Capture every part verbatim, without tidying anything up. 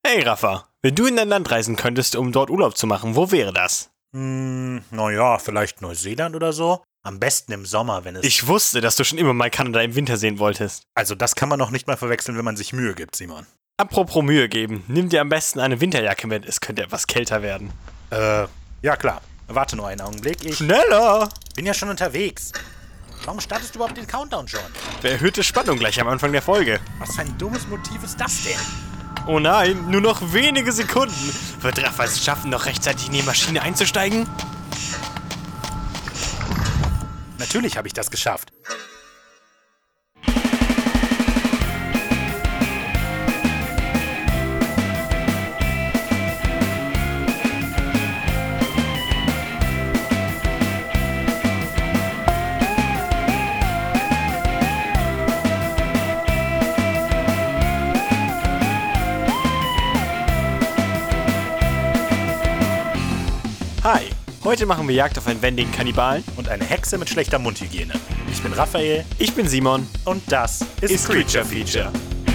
Hey Rafa, wenn du in ein Land reisen könntest, um dort Urlaub zu machen, wo wäre das? Hm, naja, vielleicht Neuseeland oder so. Am besten im Sommer, wenn es... Ich wusste, dass du schon immer mal Kanada im Winter sehen wolltest. Also das kann man noch nicht mal verwechseln, wenn man sich Mühe gibt, Simon. Apropos Mühe geben, nimm dir am besten eine Winterjacke mit, es könnte etwas kälter werden. Äh, ja klar. Warte nur einen Augenblick, ich Schneller! bin ja schon unterwegs. Warum startest du überhaupt den Countdown schon? Erhöhte Spannung gleich am Anfang der Folge. Was für ein dummes Motiv ist das denn? Oh nein, nur noch wenige Sekunden. Wird Rafa es schaffen, noch rechtzeitig in die Maschine einzusteigen? Natürlich habe ich das geschafft. Hi, heute machen wir Jagd auf einen wendigen Kannibalen. Und eine Hexe mit schlechter Mundhygiene. Ich bin Raphael Ich bin Simon. und das ist, Ist Creature Feature.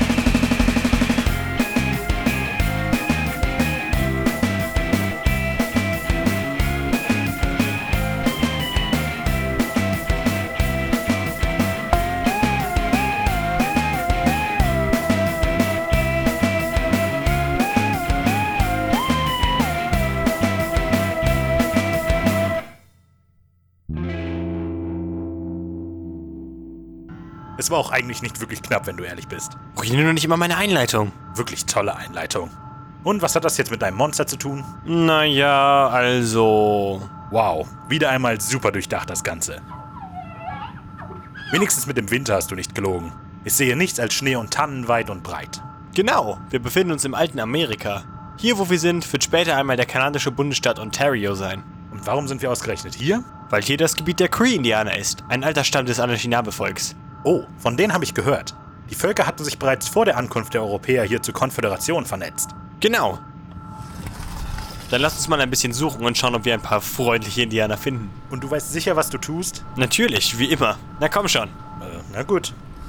Es war auch eigentlich nicht wirklich knapp, wenn du ehrlich bist. Ruiniere nur nicht immer meine Einleitung. Wirklich tolle Einleitung. Und was hat das jetzt mit deinem Monster zu tun? Naja, also... Wow, wieder einmal super durchdacht das Ganze. Wenigstens mit dem Winter hast du nicht gelogen. Ich sehe nichts als Schnee und Tannen weit und breit. Genau, wir befinden uns im alten Amerika. Hier, wo wir sind, wird später einmal der kanadische Bundesstaat Ontario sein. Und warum sind wir ausgerechnet hier? Weil hier das Gebiet der Cree-Indianer ist, ein alter Stamm des Anishinaabe-Volks. Oh, von denen habe ich gehört. Die Völker hatten sich bereits vor der Ankunft der Europäer hier zur Konföderation vernetzt. Genau. Dann lass uns mal ein bisschen suchen und schauen, ob wir ein paar freundliche Indianer finden. Und du weißt sicher, was du tust? Natürlich, wie immer. Na komm schon. Äh, na gut.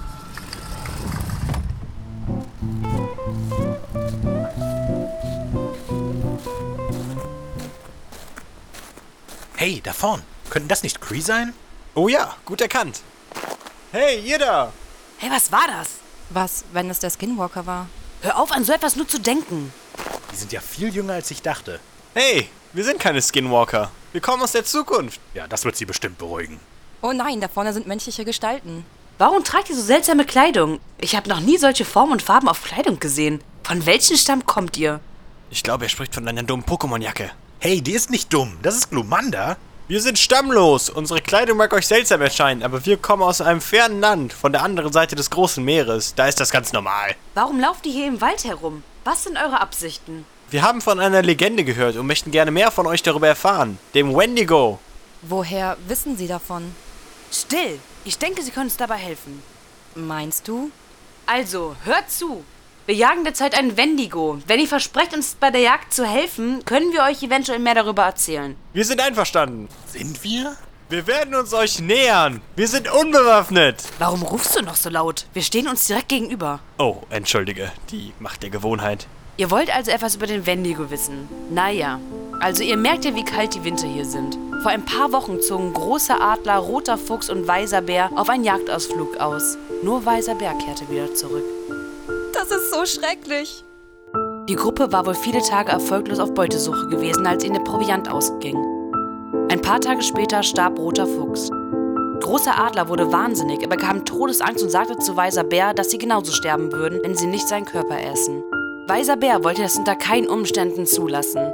Hey, da vorn. Könnten das nicht Cree sein? Oh ja, gut erkannt. Hey, ihr da! Hey, was war das? Was, wenn es der Skinwalker war? Hör auf, an so etwas nur zu denken. Die sind ja viel jünger, als ich dachte. Hey, wir sind keine Skinwalker. Wir kommen aus der Zukunft. Ja, das wird sie bestimmt beruhigen. Oh nein, da vorne sind menschliche Gestalten. Warum tragt ihr so seltsame Kleidung? Ich habe noch nie solche Formen und Farben auf Kleidung gesehen. Von welchem Stamm kommt ihr? Ich glaube, er spricht von einer dummen Pokémon-Jacke. Hey, die ist nicht dumm. Das ist Glumanda. Wir sind stammlos. Unsere Kleidung mag euch seltsam erscheinen, aber wir kommen aus einem fernen Land, von der anderen Seite des großen Meeres. Da ist das ganz normal. Warum lauft ihr hier im Wald herum? Was sind eure Absichten? Wir haben von einer Legende gehört und möchten gerne mehr von euch darüber erfahren. Dem Wendigo. Woher wissen Sie davon? Still! Ich denke, sie können uns dabei helfen. Meinst du? Also, hört zu! Wir jagen derzeit einen Wendigo. Wenn ihr versprecht, uns bei der Jagd zu helfen, können wir euch eventuell mehr darüber erzählen. Wir sind einverstanden. Sind wir? Wir werden uns euch nähern. Wir sind unbewaffnet. Warum rufst du noch so laut? Wir stehen uns direkt gegenüber. Oh, entschuldige. Die Macht der Gewohnheit. Ihr wollt also etwas über den Wendigo wissen? Naja, also ihr merkt ja, wie kalt die Winter hier sind. Vor ein paar Wochen zogen Großer Adler, Roter Fuchs und Weißer Bär auf einen Jagdausflug aus. Nur Weißer Bär kehrte wieder zurück. Das ist so schrecklich. Die Gruppe war wohl viele Tage erfolglos auf Beutesuche gewesen, als ihnen der Proviant ausging. Ein paar Tage später starb Roter Fuchs. Großer Adler wurde wahnsinnig, er bekam Todesangst und sagte zu Weißer Bär, dass sie genauso sterben würden, wenn sie nicht seinen Körper essen. Weißer Bär wollte das unter keinen Umständen zulassen.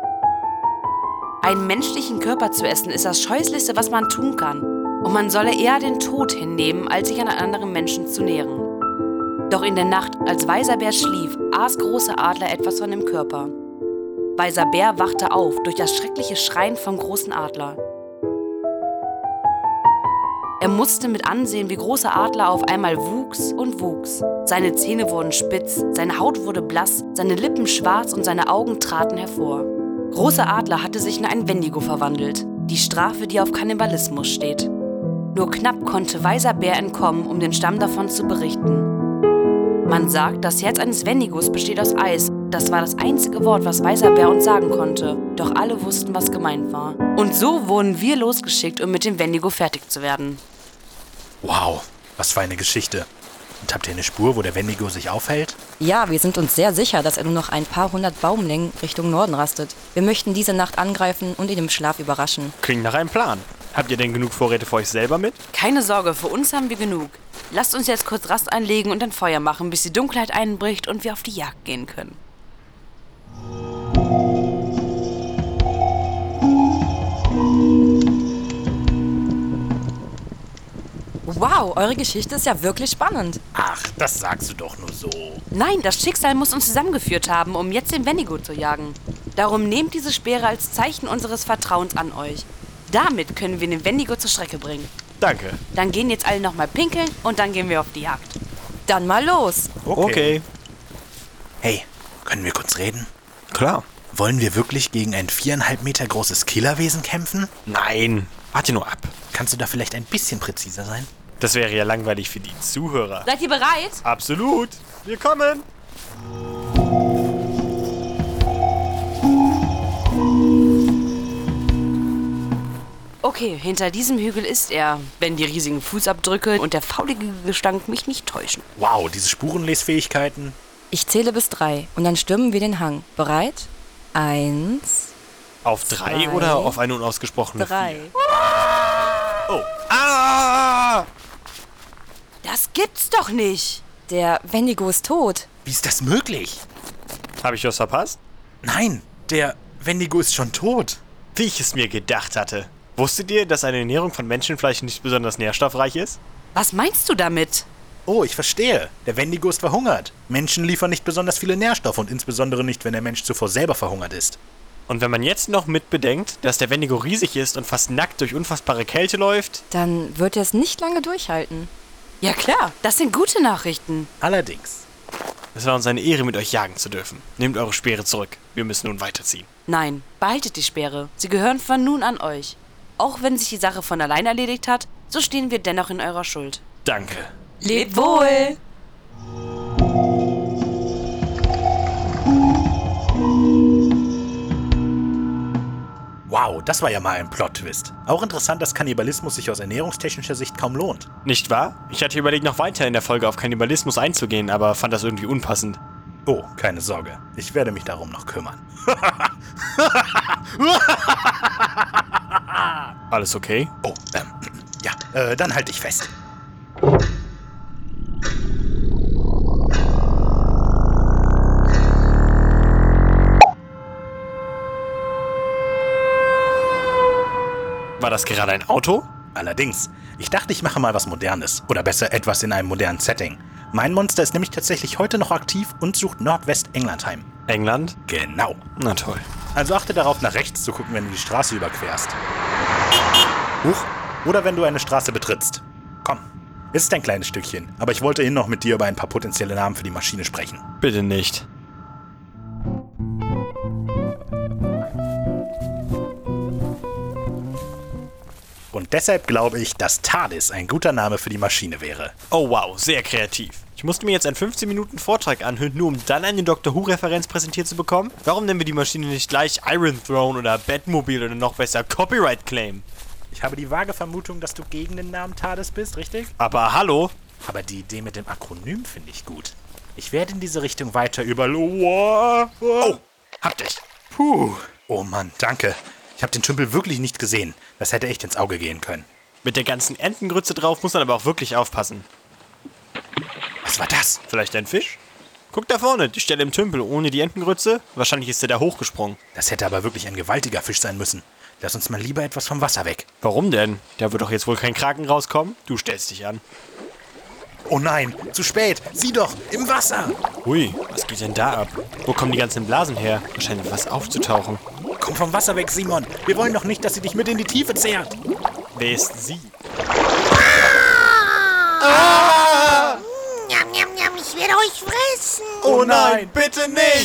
Einen menschlichen Körper zu essen ist das Scheußlichste, was man tun kann. Und man solle eher den Tod hinnehmen, als sich an anderen Menschen zu nähren. Doch in der Nacht, als Weißer Bär schlief, aß Großer Adler etwas von dem Körper. Weißer Bär wachte auf durch das schreckliche Schreien vom Großen Adler. Er musste mit ansehen, wie Großer Adler auf einmal wuchs und wuchs. Seine Zähne wurden spitz, seine Haut wurde blass, seine Lippen schwarz und seine Augen traten hervor. Großer Adler hatte sich in einen Wendigo verwandelt, die Strafe, die auf Kannibalismus steht. Nur knapp konnte Weißer Bär entkommen, um den Stamm davon zu berichten. Man sagt, das Herz eines Wendigos besteht aus Eis Das war das einzige Wort, was Weißer Bär uns sagen konnte. Doch alle wussten, was gemeint war. Und so wurden wir losgeschickt, um mit dem Wendigo fertig zu werden. Wow, was für eine Geschichte. Und habt ihr eine Spur, wo der Wendigo sich aufhält? Ja, wir sind uns sehr sicher, dass er nur noch ein paar hundert Baumlängen Richtung Norden rastet. Wir möchten diese Nacht angreifen und ihn im Schlaf überraschen. Klingt nach einem Plan. Habt ihr denn genug Vorräte für euch selber mit? Keine Sorge, für uns haben wir genug. Lasst uns jetzt kurz Rast einlegen und ein Feuer machen, bis die Dunkelheit einbricht und wir auf die Jagd gehen können. Wow, eure Geschichte ist ja wirklich spannend. Ach, das sagst du doch nur so. Nein, das Schicksal muss uns zusammengeführt haben, um jetzt den Wendigo zu jagen. Darum nehmt diese Speere als Zeichen unseres Vertrauens an euch. Damit können wir den Wendigo zur Strecke bringen. Danke. Dann gehen jetzt alle nochmal pinkeln und dann gehen wir auf die Jagd. Dann mal los. Okay. Hey, können wir kurz reden? Klar. Wollen wir wirklich gegen ein viereinhalb Meter großes Killerwesen kämpfen? Nein. Warte nur ab. Kannst du da vielleicht ein bisschen präziser sein? Das wäre ja langweilig für die Zuhörer. Seid ihr bereit? Absolut. Wir kommen. Okay, hinter diesem Hügel ist er, wenn die riesigen Fußabdrücke und der faulige Gestank mich nicht täuschen. Wow, diese Spurenlesfähigkeiten. Ich zähle bis drei und dann stürmen wir den Hang. Bereit? Eins, Auf drei Zwei. oder auf eine unausgesprochene drei. vier? Oh. Ah! Das gibt's doch nicht! Der Wendigo ist tot. Wie ist das möglich? Habe ich was verpasst? Nein, der Wendigo ist schon tot. Wie ich es mir gedacht hatte. Wusstet ihr, dass eine Ernährung von Menschenfleisch nicht besonders nährstoffreich ist? Was meinst du damit? Oh, ich verstehe. Der Wendigo ist verhungert. Menschen liefern nicht besonders viele Nährstoffe und insbesondere nicht, wenn der Mensch zuvor selber verhungert ist. Und wenn man jetzt noch mit bedenkt, dass der Wendigo riesig ist und fast nackt durch unfassbare Kälte läuft, Dann wird er es nicht lange durchhalten. Ja klar, das sind gute Nachrichten. Allerdings. es war uns eine Ehre, mit euch jagen zu dürfen. Nehmt eure Speere zurück. Wir müssen nun weiterziehen. Nein, behaltet die Speere. Sie gehören von nun an euch. Auch wenn sich die Sache von allein erledigt hat, so stehen wir dennoch in eurer Schuld. Danke. Lebt wohl! Wow, das war ja mal ein Plot-Twist. Auch interessant, dass Kannibalismus sich aus ernährungstechnischer Sicht kaum lohnt. Nicht wahr? Ich hatte überlegt, noch weiter in der Folge auf Kannibalismus einzugehen, aber fand das irgendwie unpassend. Oh, keine Sorge. Ich werde mich darum noch kümmern. Alles okay? Oh, ähm, ja, äh, dann halt dich fest. War das gerade ein Auto? Allerdings, ich dachte, ich mache mal was Modernes. Oder besser etwas in einem modernen Setting. Mein Monster ist nämlich tatsächlich heute noch aktiv und sucht Nordwest-England heim. England? Genau. Na toll. Also achte darauf, nach rechts zu gucken, wenn du die Straße überquerst. Huch. Oder wenn du eine Straße betrittst. Komm, es ist ein kleines Stückchen, aber ich wollte eben noch mit dir über ein paar potenzielle Namen für die Maschine sprechen. Bitte nicht. Und deshalb glaube ich, dass TARDIS ein guter Name für die Maschine wäre. Oh wow, sehr kreativ. Ich musste mir jetzt einen fünfzehn Minuten Vortrag anhören, nur um dann eine Doctor Who-Referenz präsentiert zu bekommen? Warum nennen wir die Maschine nicht gleich Iron Throne oder Batmobile oder noch besser Copyright Claim? Ich habe die vage Vermutung, dass du gegen den Namen TARDIS bist, richtig? Aber hallo? Aber die Idee mit dem Akronym finde ich gut. Ich werde in diese Richtung weiter über... Oh, Oh, hab dich. puh. Oh Mann, danke. Ich habe den Tümpel wirklich nicht gesehen. Das hätte echt ins Auge gehen können. Mit der ganzen Entengrütze drauf muss man aber auch wirklich aufpassen. Was war das? Vielleicht ein Fisch? Guck da vorne, die Stelle im Tümpel ohne die Entengrütze. Wahrscheinlich ist er da hochgesprungen. Das hätte aber wirklich ein gewaltiger Fisch sein müssen. Lass uns mal lieber etwas vom Wasser weg. Warum denn? Da wird doch jetzt wohl kein Kraken rauskommen. Du stellst dich an. Oh nein, zu spät. Sieh doch, im Wasser. Hui, was geht denn da ab? Wo kommen die ganzen Blasen her? Wahrscheinlich was aufzutauchen. Komm vom Wasser weg, Simon. Wir wollen doch nicht, dass sie dich mit in die Tiefe zehrt. Wer ist sie? Njam, njam, njam, ich werde euch fressen. Oh nein, bitte nicht!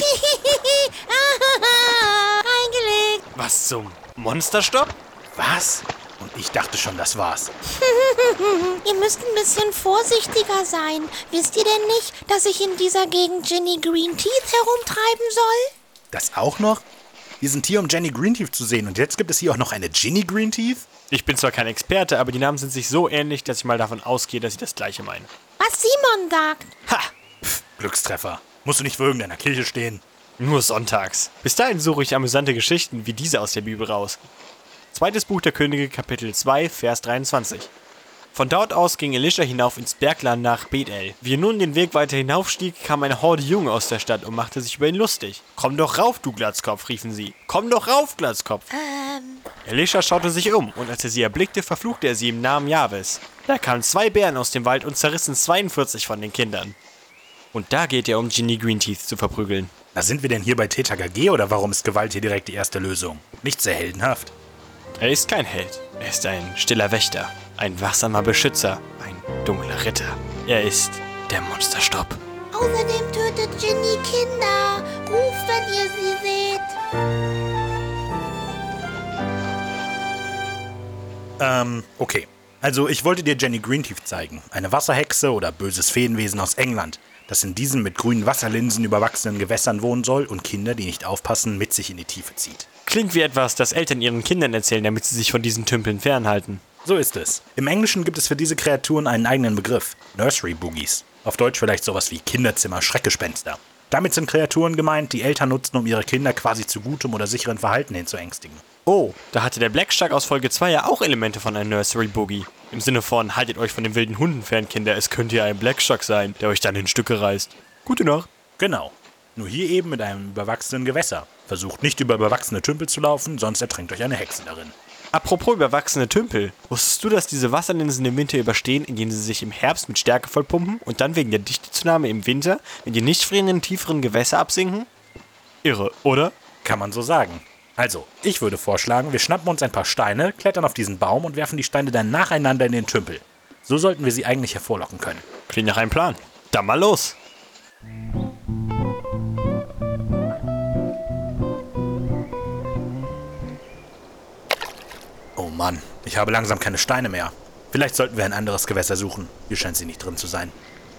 Reingelegt. Was zum Monsterstopp? Was? abgebrochen. Ich dachte schon, das war's. Ihr müsst ein bisschen vorsichtiger sein. Wisst ihr denn nicht, dass ich in dieser Gegend Jenny Greenteeth herumtreiben soll? Das auch noch? Wir sind hier, um Jenny Greenteeth zu sehen und jetzt gibt es hier auch noch eine Ginny Greenteeth? Ich bin zwar kein Experte, aber die Namen sind sich so ähnlich, dass ich mal davon ausgehe, dass sie das Gleiche meinen. Was Simon sagt. Ha! Pff, Glückstreffer. Musst du nicht vor irgendeiner Kirche stehen? Nur sonntags. Bis dahin suche ich amüsante Geschichten wie diese aus der Bibel raus. Zweites Buch der Könige, Kapitel zwei, Vers dreiundzwanzig. Von dort aus ging Elisha hinauf ins Bergland nach Bethel. Wie er nun den Weg weiter hinaufstieg, kam eine Horde Jungen aus der Stadt und machte sich über ihn lustig. »Komm doch rauf, du Glatzkopf«, riefen sie. »Komm doch rauf, Glatzkopf!« Ähm, Elisha schaute sich um, und als er sie erblickte, verfluchte er sie im Namen Jahwes. Da kamen zwei Bären aus dem Wald und zerrissen zweiundvierzig von den Kindern. Und da geht er, um Ginny Greenteeth zu verprügeln. Na, sind wir denn hier bei T T K G oder warum ist Gewalt hier direkt die erste Lösung? Nicht sehr heldenhaft. Er ist kein Held. Er ist ein stiller Wächter, ein wachsamer Beschützer, ein dunkler Ritter. Er ist der Monsterstopp. außerdem tötet Ginny Kinder. Ruft, wenn ihr sie seht. Ähm, okay. Also, ich wollte dir Jenny Greenteeth zeigen. Eine Wasserhexe oder böses Feenwesen aus England, das in diesen mit grünen Wasserlinsen überwachsenen Gewässern wohnen soll und Kinder, die nicht aufpassen, mit sich in die Tiefe zieht. Klingt wie etwas, das Eltern ihren Kindern erzählen, damit sie sich von diesen Tümpeln fernhalten. So ist es. Im Englischen gibt es für diese Kreaturen einen eigenen Begriff. Nursery Boogies. Auf Deutsch vielleicht sowas wie Kinderzimmer, Schreckgespenster. Damit sind Kreaturen gemeint, die Eltern nutzen, um ihre Kinder quasi zu gutem oder sicheren Verhalten hin zu ängstigen. Oh, da hatte der Blackstark aus Folge zwei ja auch Elemente von einem Nursery Boogie. Im Sinne von, haltet euch von den wilden Hunden fern, Kinder, es könnte ja ein Blackstark sein, der euch dann in Stücke reißt. Gute Nacht. Genau. Nur hier eben mit einem überwachsenen Gewässer. Versucht nicht über überwachsene Tümpel zu laufen, sonst ertränkt euch eine Hexe darin. Apropos überwachsene Tümpel. Wusstest du, dass diese Wasserlinsen den Winter überstehen, indem sie sich im Herbst mit Stärke vollpumpen und dann wegen der Dichtezunahme im Winter in die nicht frierenden tieferen Gewässer absinken? Irre, oder? Kann man so sagen. Also, ich würde vorschlagen, wir schnappen uns ein paar Steine, klettern auf diesen Baum und werfen die Steine dann nacheinander in den Tümpel. So sollten wir sie eigentlich hervorlocken können. Klingt nach einem Plan. Dann mal los. Oh Mann, ich habe langsam keine Steine mehr. Vielleicht sollten wir ein anderes Gewässer suchen. Hier scheint sie nicht drin zu sein.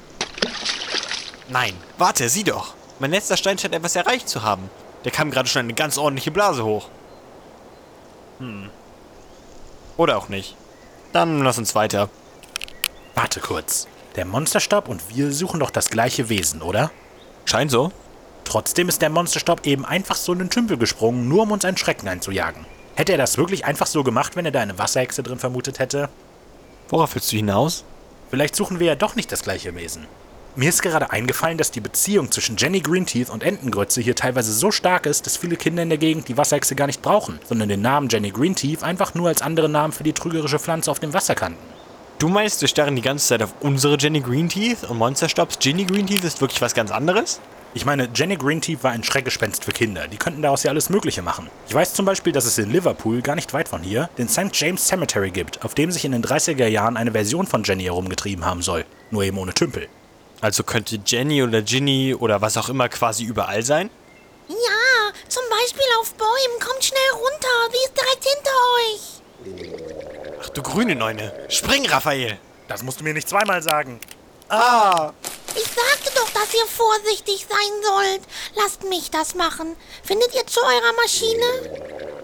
Nein, warte, sieh doch. Mein letzter Stein scheint etwas erreicht zu haben. Der kam gerade schon eine ganz ordentliche Blase hoch. Hm. Oder auch nicht. Dann lass uns weiter. Warte kurz. Der Monsterstab und wir suchen doch das gleiche Wesen, oder? Scheint so. Trotzdem ist der Monsterstab eben einfach so in den Tümpel gesprungen, nur um uns einen Schrecken einzujagen. Hätte er das wirklich einfach so gemacht, wenn er da eine Wasserhexe drin vermutet hätte? Worauf willst du hinaus? Vielleicht suchen wir ja doch nicht das gleiche Wesen. Mir ist gerade eingefallen, dass die Beziehung zwischen Jenny Greenteeth und Entengrütze hier teilweise so stark ist, dass viele Kinder in der Gegend die Wasserhexe gar nicht brauchen, sondern den Namen Jenny Greenteeth einfach nur als anderen Namen für die trügerische Pflanze auf dem Wasser kannten. Du meinst, wir starren die ganze Zeit auf unsere Jenny Greenteeth und Monsterstops Ginny Greenteeth ist wirklich was ganz anderes? Ich meine, Jenny Greenteeth war ein Schreckgespenst für Kinder. Die könnten daraus ja alles Mögliche machen. Ich weiß zum Beispiel, dass es in Liverpool, gar nicht weit von hier, den Sankt James Cemetery gibt, auf dem sich in den dreißiger Jahren eine Version von Jenny herumgetrieben haben soll. Nur eben ohne Tümpel. Also könnte Jenny oder Ginny oder was auch immer quasi überall sein? Ja, zum Beispiel auf Bäumen. Kommt schnell runter. Sie ist direkt hinter euch. Ach du grüne Neune. Spring, Raphael. Das musst du mir nicht zweimal sagen. Ah! Ich sagte doch, dass ihr vorsichtig sein sollt. Lasst mich das machen. Findet ihr zu eurer Maschine?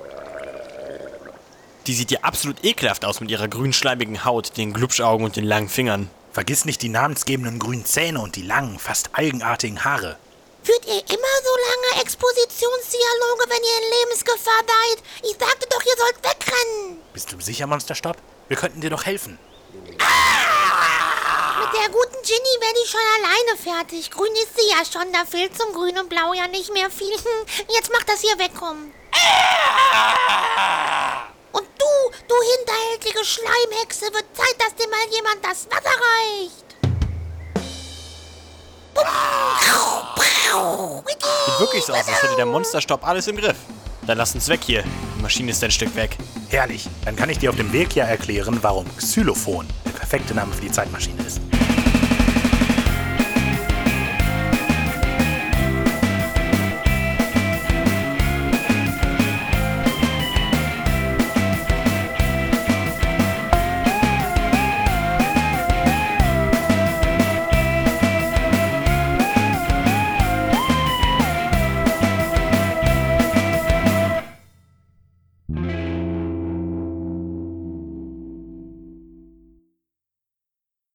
Die sieht ja absolut ekelhaft aus mit ihrer grünschleimigen Haut, den Glubschaugen und den langen Fingern. Vergiss nicht die namensgebenden grünen Zähne und die langen, fast algenartigen Haare. Führt ihr immer so lange Expositionsdialoge, wenn ihr in Lebensgefahr seid? Ich sagte doch, ihr sollt wegrennen. Bist du sicher, Monsterstab? Wir könnten dir doch helfen. Mit der guten Ginny werde ich schon alleine fertig. Grün ist sie ja schon, da fehlt zum Grün und Blau ja nicht mehr viel. Jetzt macht das hier wegkommen. Und du, du hinterhältige Schleimhexe, wird Zeit, dass dir mal jemand das Wasser reicht. Sieht wirklich so aus, als hätte der Monsterstopp alles im Griff. Dann lass uns weg hier. Die Maschine ist ein Stück weg. Herrlich. Dann kann ich dir auf dem Weg ja erklären, warum Xylophon der perfekte Name für die Zeitmaschine ist.